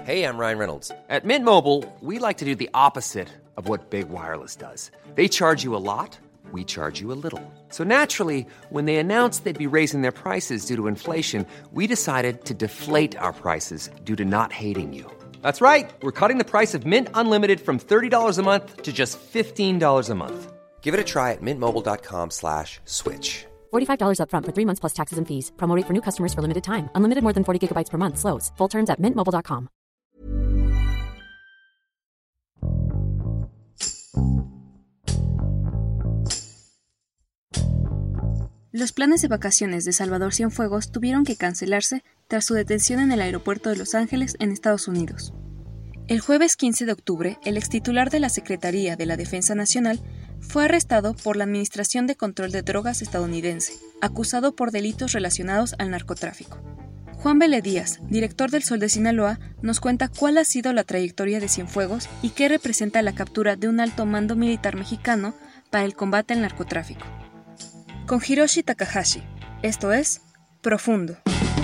Hey, I'm Ryan Reynolds. At Mint Mobile, we like to do the opposite of what Big Wireless does. They charge you a lot, we charge you a little. So naturally, when they announced they'd be raising their prices due to inflation, we decided to deflate our prices due to not hating you. That's right. We're cutting the price of Mint Unlimited from $30 a month to just $15 a month. Give it a try at mintmobile.com/switch. $45 up front for 3 months plus taxes and fees. Promo rate for new customers for limited time. Unlimited more than 40 gigabytes per month. Slows full terms at mintmobile.com. Los planes de vacaciones de Salvador Cienfuegos tuvieron que cancelarse tras su detención en el aeropuerto de Los Ángeles, en Estados Unidos. El jueves 15 de octubre, el extitular de la Secretaría de la Defensa Nacional fue arrestado por la Administración de Control de Drogas estadounidense, acusado por delitos relacionados al narcotráfico. Juan Vélez Díaz, director del Sol de Sinaloa, nos cuenta cuál ha sido la trayectoria de Cienfuegos y qué representa la captura de un alto mando militar mexicano para el combate al narcotráfico. Con Hiroshi Takahashi, esto es Profundo.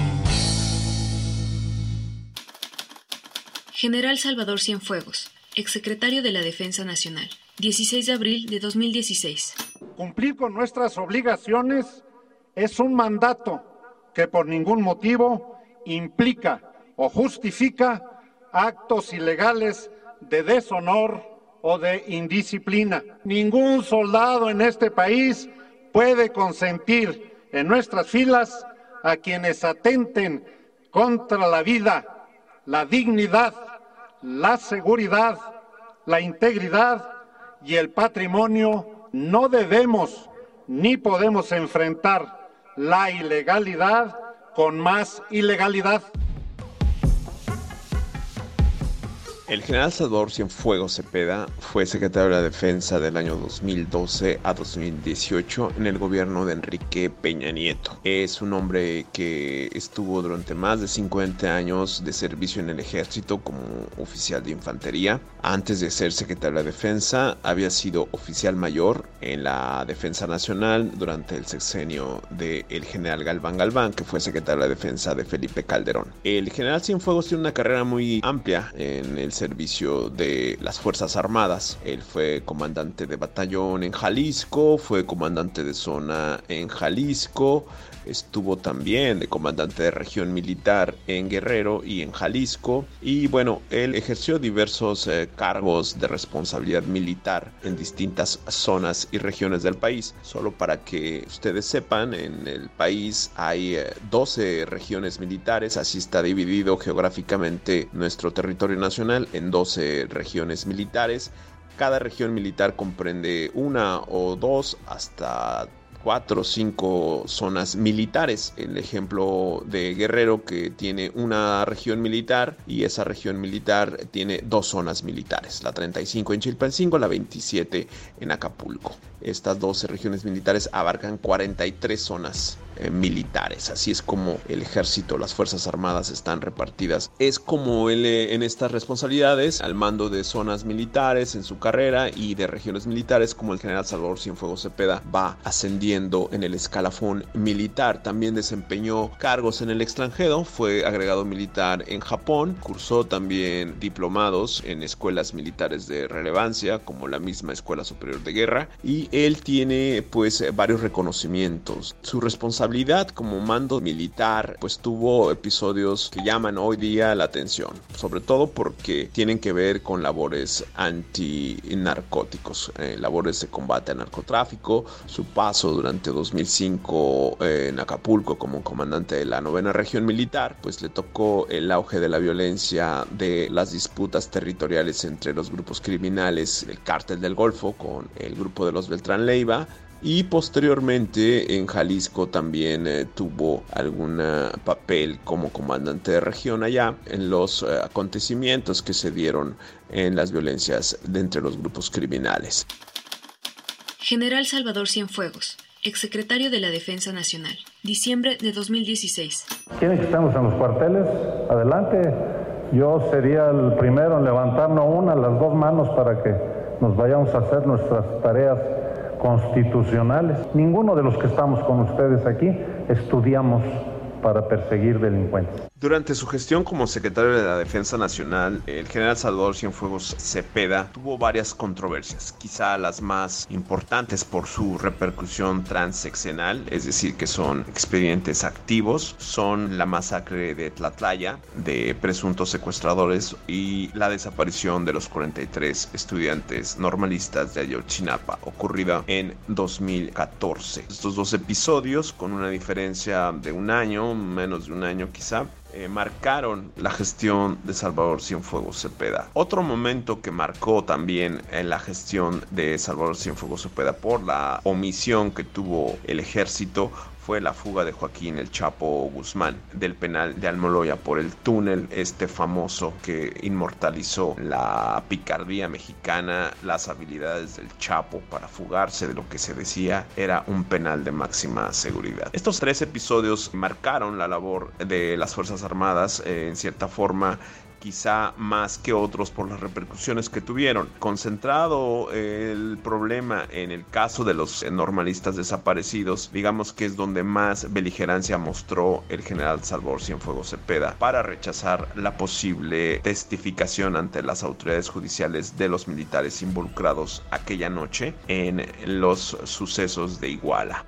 General Salvador Cienfuegos, exsecretario de la Defensa Nacional, 16 de abril de 2016. Cumplir con nuestras obligaciones es un mandato que por ningún motivo implica o justifica actos ilegales de deshonor o de indisciplina. Ningún soldado en este país puede consentir en nuestras filas a quienes atenten contra la vida, la dignidad, la seguridad, la integridad y el patrimonio. No debemos ni podemos enfrentar la ilegalidad con más ilegalidad. El general Salvador Cienfuegos Cepeda fue secretario de la Defensa del año 2012 a 2018 en el gobierno de Enrique Peña Nieto. Es un hombre que estuvo durante más de 50 años de servicio en el ejército como oficial de infantería. Antes de ser secretario de la Defensa, había sido oficial mayor en la Defensa Nacional durante el sexenio del general Galván Galván, que fue secretario de la Defensa de Felipe Calderón. El general Cienfuegos tiene una carrera muy amplia en el servicio de las Fuerzas Armadas. Él fue comandante de batallón en Jalisco, fue comandante de zona en Jalisco, estuvo también de comandante de región militar en Guerrero y en Jalisco, y bueno, él ejerció diversos cargos de responsabilidad militar en distintas zonas y regiones del país. Solo para que ustedes sepan, en el país hay 12 regiones militares, así está dividido geográficamente nuestro territorio nacional en 12 regiones militares. Cada región militar comprende una o dos hasta 4 o 5 zonas militares. El ejemplo de Guerrero, que tiene una región militar, y esa región militar tiene 2 zonas militares, la 35 en Chilpancingo, la 27 en Acapulco. Estas 12 regiones militares abarcan 43 zonas militares. Así es como el ejército, las fuerzas armadas están repartidas. Es como él en estas responsabilidades, al mando de zonas militares en su carrera y de regiones militares, como el general Salvador Cienfuegos Cepeda va ascendiendo en el escalafón militar. También desempeñó cargos en el extranjero, fue agregado militar en Japón, cursó también diplomados en escuelas militares de relevancia, como la misma Escuela Superior de Guerra, y él tiene pues varios reconocimientos. Su responsabilidad como mando militar pues tuvo episodios que llaman hoy día la atención, sobre todo porque tienen que ver con labores antinarcóticos, labores de combate al narcotráfico. Su paso durante 2005 en Acapulco como comandante de la 9ª región militar, pues le tocó el auge de la violencia, de las disputas territoriales entre los grupos criminales, el Cártel del Golfo con el grupo de los Beltrán Leiva, y posteriormente en Jalisco también tuvo algún papel como comandante de región allá en los acontecimientos que se dieron en las violencias de entre los grupos criminales. General Salvador Cienfuegos, exsecretario de la Defensa Nacional, diciembre de 2016. ¿Quieren que estemos en los cuarteles? Adelante. Yo sería el primero en levantarnos las 2 manos para que nos vayamos a hacer nuestras tareas constitucionales. Ninguno de los que estamos con ustedes aquí estudiamos para perseguir delincuentes. Durante su gestión como secretario de la Defensa Nacional, el general Salvador Cienfuegos Cepeda tuvo varias controversias, quizá las más importantes por su repercusión transeccional, es decir, que son expedientes activos, son la masacre de Tlatlaya, de presuntos secuestradores, y la desaparición de los 43 estudiantes normalistas de Ayotzinapa, ocurrida en 2014. Estos dos episodios, con una diferencia de un año, menos de un año quizá, marcaron la gestión de Salvador Cienfuegos Cepeda. Otro momento que marcó también en la gestión de Salvador Cienfuegos Cepeda por la omisión que tuvo el ejército fue la fuga de Joaquín El Chapo Guzmán del penal de Almoloya por el túnel famoso que inmortalizó la picardía mexicana, las habilidades del Chapo para fugarse de lo que se decía era un penal de máxima seguridad. Estos 3 episodios marcaron la labor de las Fuerzas Armadas en cierta forma, quizá más que otros por las repercusiones que tuvieron. Concentrado el problema en el caso de los normalistas desaparecidos, digamos que es donde más beligerancia mostró el general Salvador Cienfuegos Cepeda para rechazar la posible testificación ante las autoridades judiciales de los militares involucrados aquella noche en los sucesos de Iguala.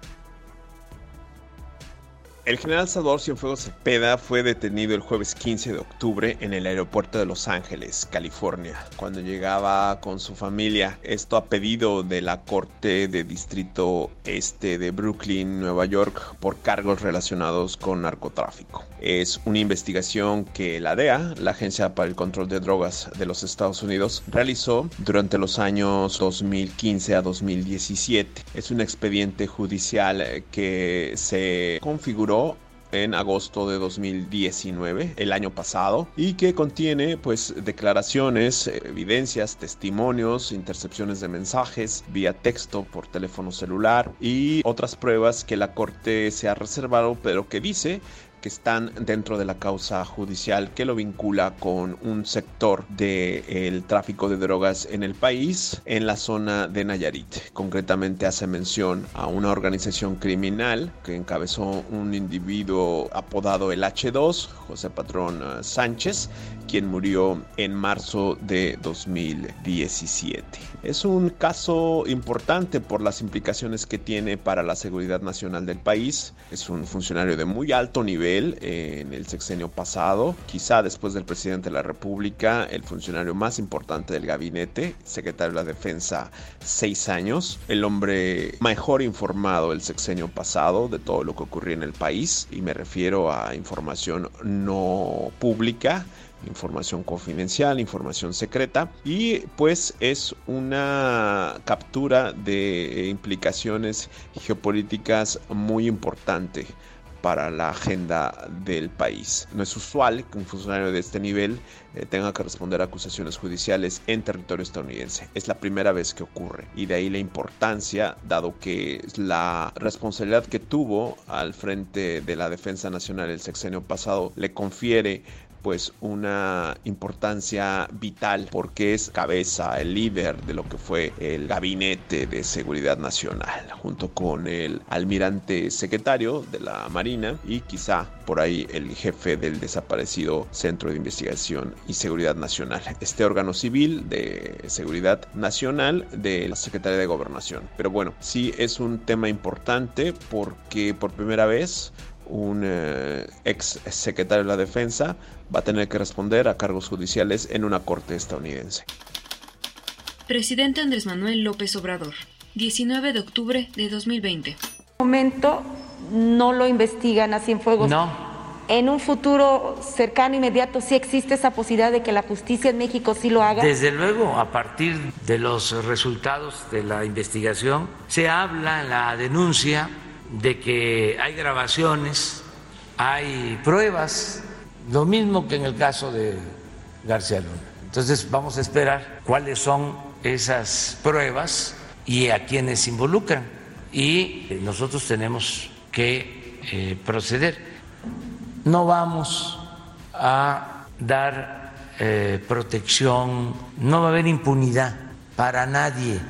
El general Salvador Cienfuegos Cepeda fue detenido el jueves 15 de octubre en el aeropuerto de Los Ángeles, California, cuando llegaba con su familia. Esto a pedido de la Corte de Distrito Este de Brooklyn, Nueva York, por cargos relacionados con narcotráfico. Es una investigación que la DEA, la Agencia para el Control de Drogas de los Estados Unidos, realizó durante los años 2015 a 2017. Es un expediente judicial que se configuró en agosto de 2019, el año pasado, y que contiene declaraciones, evidencias, testimonios, intercepciones de mensajes vía texto por teléfono celular y otras pruebas que la Corte se ha reservado, pero que dice que están dentro de la causa judicial que lo vincula con un sector del tráfico de drogas en el país, en la zona de Nayarit. Concretamente hace mención a una organización criminal que encabezó un individuo apodado el H2, José Patrón Sánchez, quien murió en marzo de 2017. Es un caso importante por las implicaciones que tiene para la seguridad nacional del país. Es un funcionario de muy alto nivel en el sexenio pasado, quizá después del presidente de la República, el funcionario más importante del gabinete, secretario de la Defensa 6 años, el hombre mejor informado del sexenio pasado de todo lo que ocurría en el país, y me refiero a información no pública, información confidencial, información secreta, y es una captura de implicaciones geopolíticas muy importante para la agenda del país. No es usual que un funcionario de este nivel tenga que responder a acusaciones judiciales en territorio estadounidense. Es la primera vez que ocurre, y de ahí la importancia, dado que la responsabilidad que tuvo al frente de la Defensa Nacional el sexenio pasado le confiere una importancia vital, porque es cabeza, el líder de lo que fue el Gabinete de Seguridad Nacional, junto con el almirante secretario de la Marina y quizá por ahí el jefe del desaparecido Centro de Investigación y Seguridad Nacional, este órgano civil de seguridad nacional de la Secretaría de Gobernación. Pero bueno, sí es un tema importante porque por primera vez un ex secretario de la Defensa va a tener que responder a cargos judiciales en una corte estadounidense. Presidente Andrés Manuel López Obrador, 19 de octubre de 2020. En este momento no lo investigan a Cienfuegos. No. En un futuro cercano, inmediato, ¿sí existe esa posibilidad de que la justicia en México sí lo haga? Desde luego, a partir de los resultados de la investigación, se habla en la denuncia de que hay grabaciones, hay pruebas, lo mismo que en el caso de García Luna. Entonces vamos a esperar cuáles son esas pruebas y a quienes involucran, y nosotros tenemos que proceder. No vamos a dar protección, no va a haber impunidad para nadie.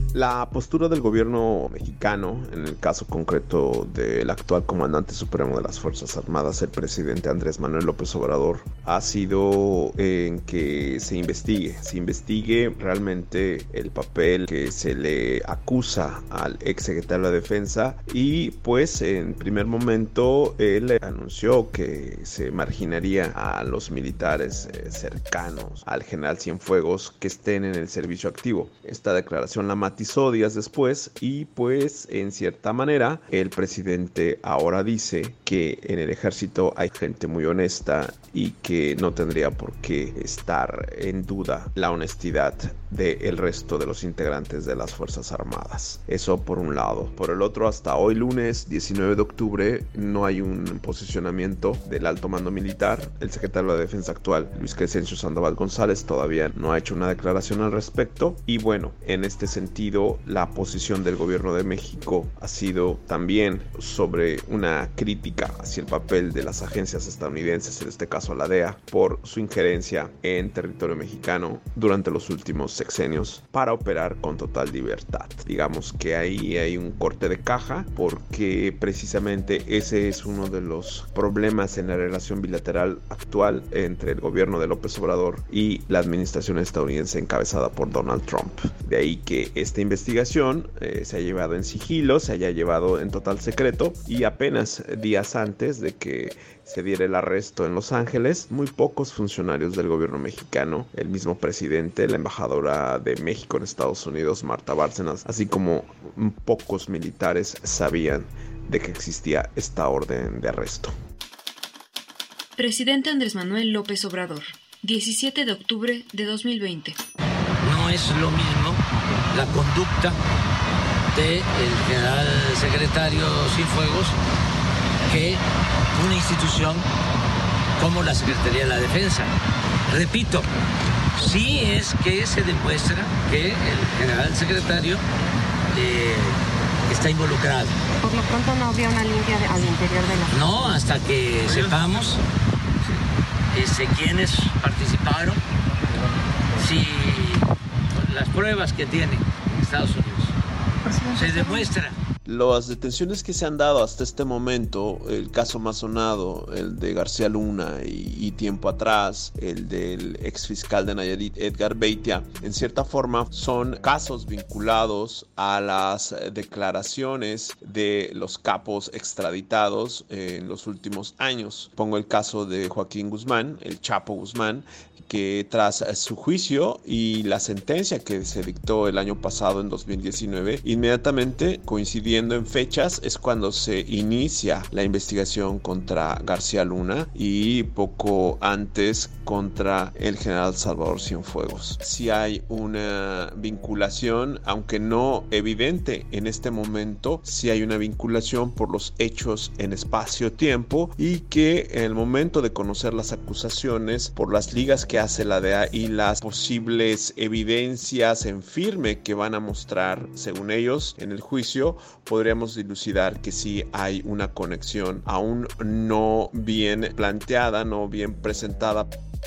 La postura del gobierno mexicano, en el caso concreto del actual comandante supremo de las Fuerzas Armadas, el presidente Andrés Manuel López Obrador, ha sido en que se investigue realmente el papel que se le acusa al ex secretario de la Defensa, y pues en primer momento él anunció que se marginaría a los militares cercanos al general Cienfuegos que estén en el servicio activo. Esta declaración la matizó días después y pues en cierta manera el presidente ahora dice que en el ejército hay gente muy honesta y que no tendría por qué estar en duda la honestidad del resto de los integrantes de las Fuerzas Armadas. Eso por un lado. Por el otro, hasta hoy lunes 19 de octubre no hay un posicionamiento del alto mando militar. El secretario de la Defensa actual, Luis Crescencio Sandoval González, todavía no ha hecho una declaración al respecto. Y bueno, en este sentido, la posición del gobierno de México ha sido también sobre una crítica hacia el papel de las agencias estadounidenses, en este caso la DEA, por su injerencia en territorio mexicano durante los últimos sexenios para operar con total libertad. Digamos que ahí hay un corte de caja, porque precisamente ese es uno de los problemas en la relación bilateral actual entre el gobierno de López Obrador y la administración estadounidense encabezada por Donald Trump. De ahí que esta investigación se ha llevado en sigilo, se haya llevado en total secreto, y apenas días antes de que se diera el arresto en Los Ángeles, muy pocos funcionarios del gobierno mexicano, el mismo presidente, la embajadora de México en Estados Unidos, Marta Bárcenas, así como pocos militares sabían de que existía esta orden de arresto. Presidente Andrés Manuel López Obrador, 17 de octubre de 2020. No es lo mismo la conducta del general secretario Cienfuegos que una institución como la Secretaría de la Defensa. Repito, sí es que se demuestra que el general secretario está involucrado. Por lo pronto no había una limpia al interior de la... No, hasta que sepamos quiénes participaron, si las pruebas que tiene Estados Unidos se demuestra. Las detenciones que se han dado hasta este momento, el caso más sonado, el de García Luna y tiempo atrás, el del exfiscal de Nayarit, Edgar Beitia, en cierta forma son casos vinculados a las declaraciones de los capos extraditados en los últimos años. Pongo el caso de Joaquín Guzmán, el Chapo Guzmán, que tras su juicio y la sentencia que se dictó el año pasado en 2019, inmediatamente coincidiendo en fechas es cuando se inicia la investigación contra García Luna y poco antes contra el general Salvador Cienfuegos. Sí hay una vinculación, aunque no evidente en este momento, sí hay una vinculación por los hechos en espacio-tiempo, y que en el momento de conocer las acusaciones por las ligas que hace la DEA y las posibles evidencias en firme que van a mostrar, según ellos, en el juicio, podríamos dilucidar que sí hay una conexión aún no bien planteada, no bien presentada.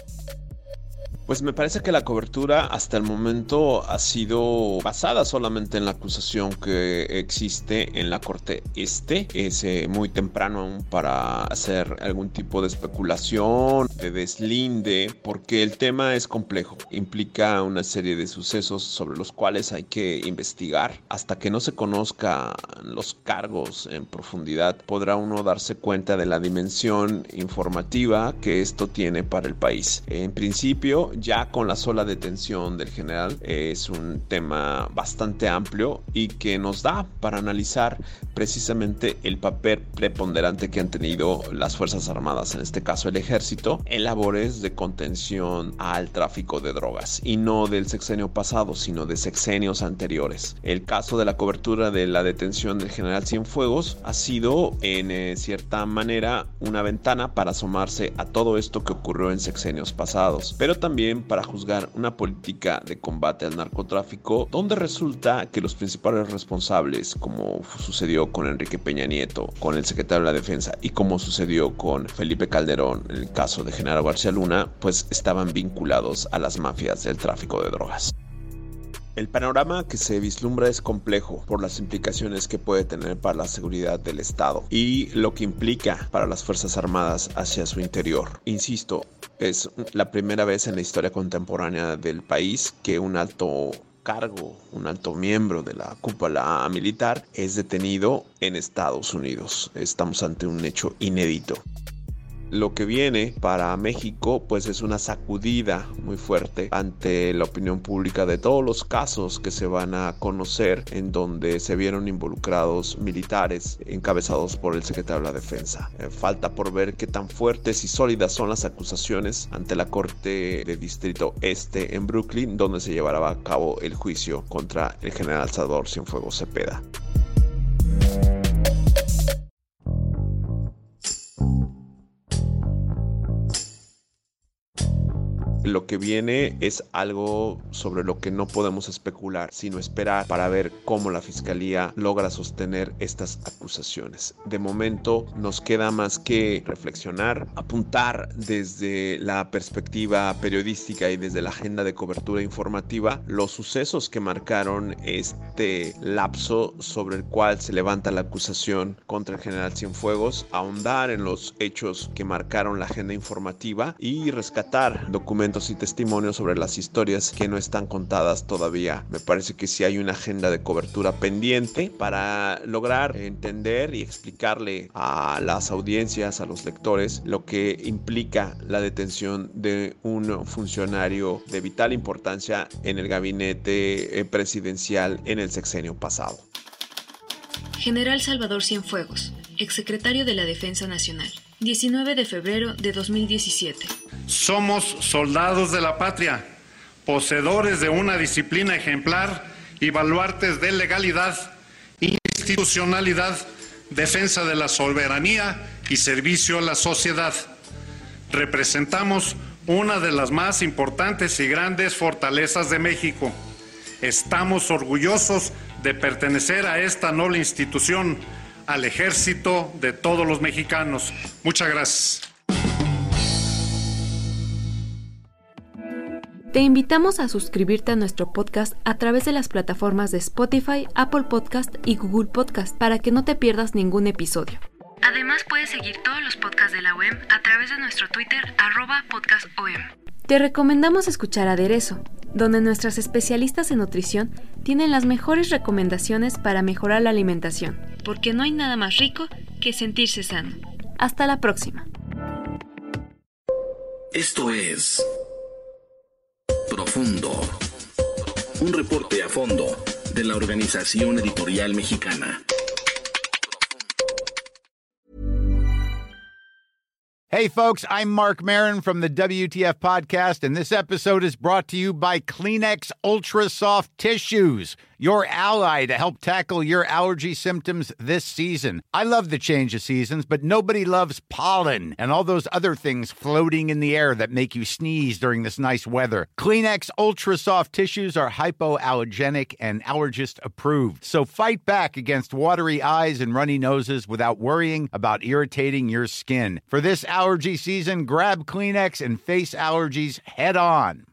Pues me parece que la cobertura hasta el momento ha sido basada solamente en la acusación que existe en la Corte Este. Es muy temprano aún para hacer algún tipo de especulación, de deslinde, porque el tema es complejo. Implica una serie de sucesos sobre los cuales hay que investigar. Hasta que no se conozcan los cargos en profundidad, podrá uno darse cuenta de la dimensión informativa que esto tiene para el país. En principio, ya con la sola detención del general es un tema bastante amplio y que nos da para analizar precisamente el papel preponderante que han tenido las Fuerzas Armadas, en este caso el Ejército, en labores de contención al tráfico de drogas, y no del sexenio pasado, sino de sexenios anteriores. El caso de la cobertura de la detención del general Cienfuegos ha sido en cierta manera una ventana para asomarse a todo esto que ocurrió en sexenios pasados, pero también para juzgar una política de combate al narcotráfico donde resulta que los principales responsables, como sucedió con Enrique Peña Nieto, con el secretario de la Defensa, y como sucedió con Felipe Calderón en el caso de Genaro García Luna, pues estaban vinculados a las mafias del tráfico de drogas. El panorama que se vislumbra es complejo por las implicaciones que puede tener para la seguridad del Estado y lo que implica para las Fuerzas Armadas hacia su interior. Insisto, es la primera vez en la historia contemporánea del país que un alto cargo, un alto miembro de la cúpula militar es detenido en Estados Unidos. Estamos ante un hecho inédito. Lo que viene para México pues es una sacudida muy fuerte ante la opinión pública de todos los casos que se van a conocer en donde se vieron involucrados militares encabezados por el secretario de la Defensa. Falta por ver qué tan fuertes y sólidas son las acusaciones ante la Corte de Distrito Este en Brooklyn, donde se llevará a cabo el juicio contra el general Salvador Cienfuegos Cepeda. Lo que viene es algo sobre lo que no podemos especular, sino esperar para ver cómo la Fiscalía logra sostener estas acusaciones. De momento nos queda más que reflexionar, apuntar desde la perspectiva periodística y desde la agenda de cobertura informativa los sucesos que marcaron este lapso sobre el cual se levanta la acusación contra el general Cienfuegos, ahondar en los hechos que marcaron la agenda informativa y rescatar documentos y testimonios sobre las historias que no están contadas todavía. Me parece que sí hay una agenda de cobertura pendiente para lograr entender y explicarle a las audiencias, a los lectores, lo que implica la detención de un funcionario de vital importancia en el gabinete presidencial en el sexenio pasado. General Salvador Cienfuegos, exsecretario de la Defensa Nacional, 19 de febrero de 2017. Somos soldados de la patria, poseedores de una disciplina ejemplar y baluartes de legalidad, institucionalidad, defensa de la soberanía y servicio a la sociedad. Representamos una de las más importantes y grandes fortalezas de México. Estamos orgullosos de pertenecer a esta noble institución, al ejército de todos los mexicanos. Muchas gracias. Te invitamos a suscribirte a nuestro podcast a través de las plataformas de Spotify, Apple Podcast y Google Podcast para que no te pierdas ningún episodio. Además, puedes seguir todos los podcasts de la OEM a través de nuestro Twitter, @podcastom. Te recomendamos escuchar Aderezo, donde nuestras especialistas en nutrición tienen las mejores recomendaciones para mejorar la alimentación, porque no hay nada más rico que sentirse sano. Hasta la próxima. Esto es Profundo, un reporte a fondo de la Organización Editorial Mexicana. Hey folks, I'm Mark Maron from the WTF Podcast, and this episode is brought to you by Kleenex Ultra Soft Tissues, your ally to help tackle your allergy symptoms this season. I love the change of seasons, but nobody loves pollen and all those other things floating in the air that make you sneeze during this nice weather. Kleenex Ultra Soft Tissues are hypoallergenic and allergist approved, so fight back against watery eyes and runny noses without worrying about irritating your skin. For this allergy season, grab Kleenex and face allergies head on.